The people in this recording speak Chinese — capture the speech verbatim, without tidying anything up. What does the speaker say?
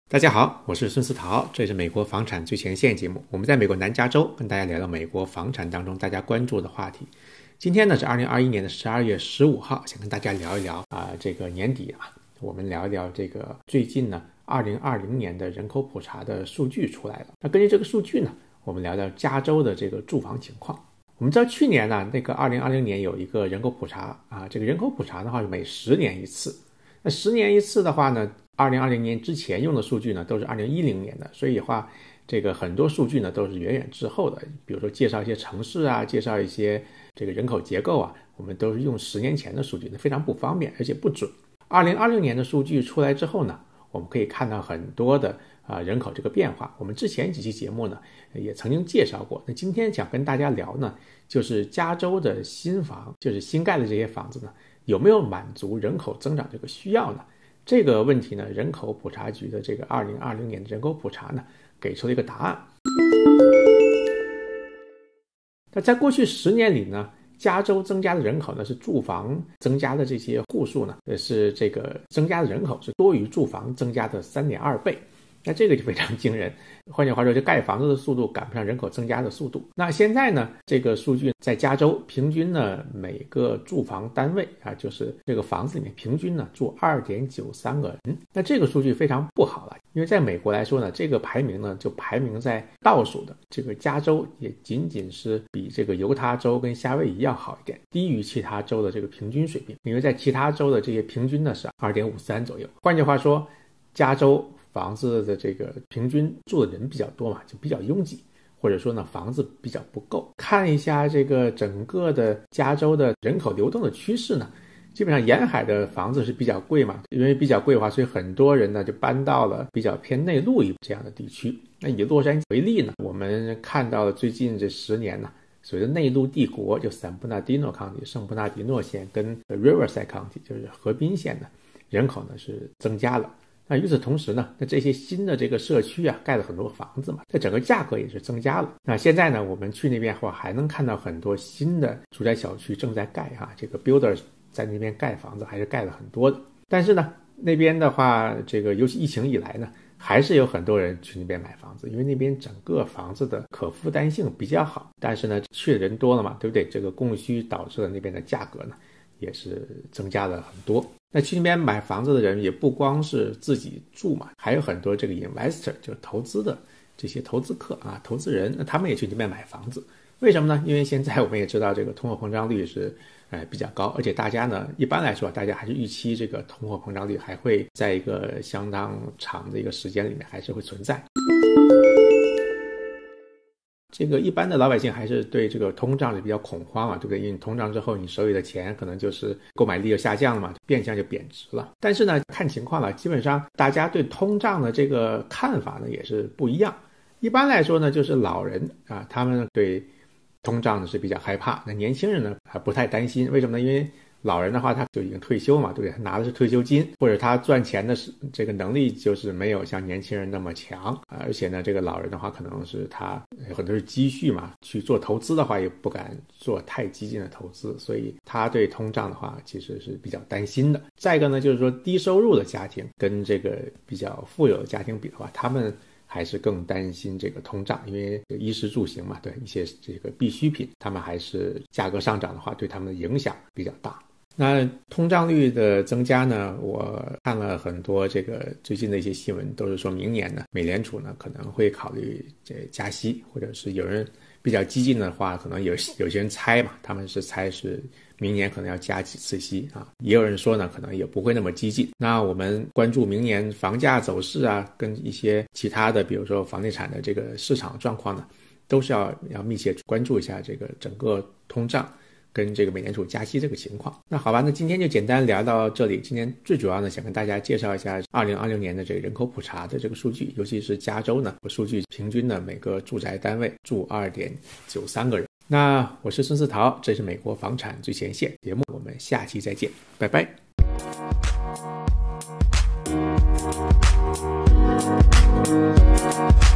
大家好，我是孙思桃，这是美国房产最前线节目。我们在美国南加州跟大家聊聊美国房产当中大家关注的话题。今天呢是二零二一年的十二月十五号，想跟大家聊一聊啊、呃，这个年底啊，我们聊一聊这个最近呢二零二零年的人口普查的数据出来了。那根据这个数据呢，我们聊聊加州的这个住房情况。我们知道去年呢，那个二零二零年有一个人口普查啊，这个人口普查的话是每十年一次。那十年一次的话呢，二零二零年之前用的数据呢都是二零一零年的，所以的话这个很多数据呢都是远远滞后的。比如说介绍一些城市啊，介绍一些这个人口结构啊，我们都是用十年前的数据，非常不方便而且不准。二零二零年的数据出来之后呢，我们可以看到很多的啊、呃、人口这个变化。我们之前几期节目呢也曾经介绍过。那今天想跟大家聊呢，就是加州的新房，就是新盖的这些房子呢，有没有满足人口增长这个需要呢？这个问题呢，人口普查局的这个二零二零年的人口普查呢，给出了一个答案。那在过去十年里呢，加州增加的人口呢，是住房增加的这些户数呢，是这个增加的人口是多于住房增加的 三点二倍。那这个就非常惊人，换句话说，就盖房子的速度赶不上人口增加的速度。那现在呢，这个数据在加州平均呢，每个住房单位啊，就是这个房子里面平均呢住 二点九三个人。那这个数据非常不好了，因为在美国来说呢，这个排名呢就排名在倒数的，这个加州也仅仅是比这个犹他州跟夏威夷要好一点，低于其他州的这个平均水平。因为在其他州的这些平均呢是 二点五三 左右。换句话说，加州房子的这个平均住的人比较多嘛，就比较拥挤，或者说呢房子比较不够。看一下这个整个的加州的人口流动的趋势呢，基本上沿海的房子是比较贵嘛，因为比较贵的话，所以很多人呢就搬到了比较偏内陆一这样的地区。那以洛杉矶为例呢，我们看到了最近这十年呢，所谓的内陆帝国，就散布纳迪诺 County 圣布纳迪诺县跟 Riverside County 就是河滨县的人口呢是增加了。那与此同时呢，那这些新的这个社区啊，盖了很多房子嘛，这整个价格也是增加了。那现在呢，我们去那边的话，还能看到很多新的住宅小区正在盖啊，这个 builders 在那边盖房子还是盖了很多的。但是呢，那边的话，这个尤其疫情以来呢，还是有很多人去那边买房子，因为那边整个房子的可负担性比较好。但是呢，去的人多了嘛，对不对？这个供需导致了那边的价格呢，也是增加了很多。那去那边买房子的人也不光是自己住嘛，还有很多这个 investor 就是投资的这些投资客啊，投资人，那他们也去那边买房子。为什么呢？因为现在我们也知道这个通货膨胀率是呃比较高，而且大家呢一般来说大家还是预期这个通货膨胀率还会在一个相当长的一个时间里面还是会存在。这个一般的老百姓还是对这个通胀是比较恐慌啊，对不对？因为你通胀之后，你手里的钱可能就是购买力就下降了嘛，变相就贬值了。但是呢，看情况了，基本上大家对通胀的这个看法呢也是不一样。一般来说呢，就是老人啊，他们对通胀呢是比较害怕，那年轻人呢还不太担心。为什么呢？因为老人的话他就已经退休嘛，对不对？他拿的是退休金，或者他赚钱的是这个能力就是没有像年轻人那么强，而且呢这个老人的话可能是他很多是积蓄嘛，去做投资的话也不敢做太激进的投资，所以他对通胀的话其实是比较担心的。再一个呢，就是说低收入的家庭跟这个比较富有的家庭比的话，他们还是更担心这个通胀，因为衣食住行嘛，对一些这个必需品，他们还是价格上涨的话对他们的影响比较大。那通胀率的增加呢，我看了很多这个最近的一些新闻，都是说明年呢，美联储呢可能会考虑这加息，或者是有人比较激进的话，可能有有些人猜嘛，他们是猜是明年可能要加几次息啊，也有人说呢，可能也不会那么激进。那我们关注明年房价走势啊，跟一些其他的，比如说房地产的这个市场状况呢，都是要要密切关注一下这个整个通胀跟这个美联储加息这个情况。那好吧，那今天就简单聊到这里。今天最主要呢，想跟大家介绍一下二零二零年的这个人口普查的这个数据，尤其是加州呢，数据平均呢每个住宅单位住 二点九三个人。那我是孙思桃，这是美国房产最前线节目，我们下期再见，拜拜。 Thank you.